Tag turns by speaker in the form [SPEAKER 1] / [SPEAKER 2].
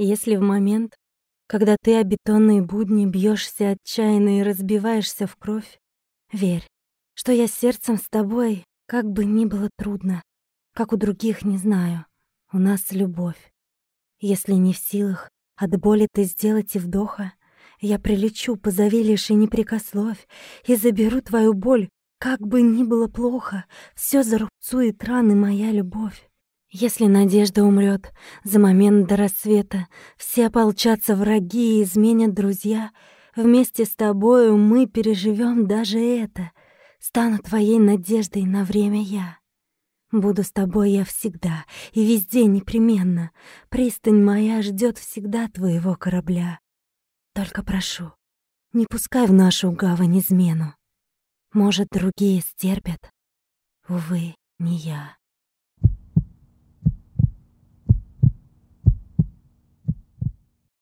[SPEAKER 1] Если в момент, когда ты о бетонные будни бьешься отчаянно и разбиваешься в кровь, верь, что я сердцем с тобой, как бы ни было трудно, как у других, не знаю, у нас любовь. Если не в силах от боли ты сделать и вдоха, я прилечу, позови лишь и не прикословь, и заберу твою боль, как бы ни было плохо, все зарубцует раны моя любовь. Если надежда умрет за момент до рассвета, все ополчатся враги и изменят друзья, вместе с тобою мы переживем даже это. Стану твоей надеждой на время я. Буду с тобой я всегда и везде непременно. Пристань моя ждет всегда твоего корабля. Только прошу, не пускай в нашу гавань измену. Может, другие стерпят, увы, не я.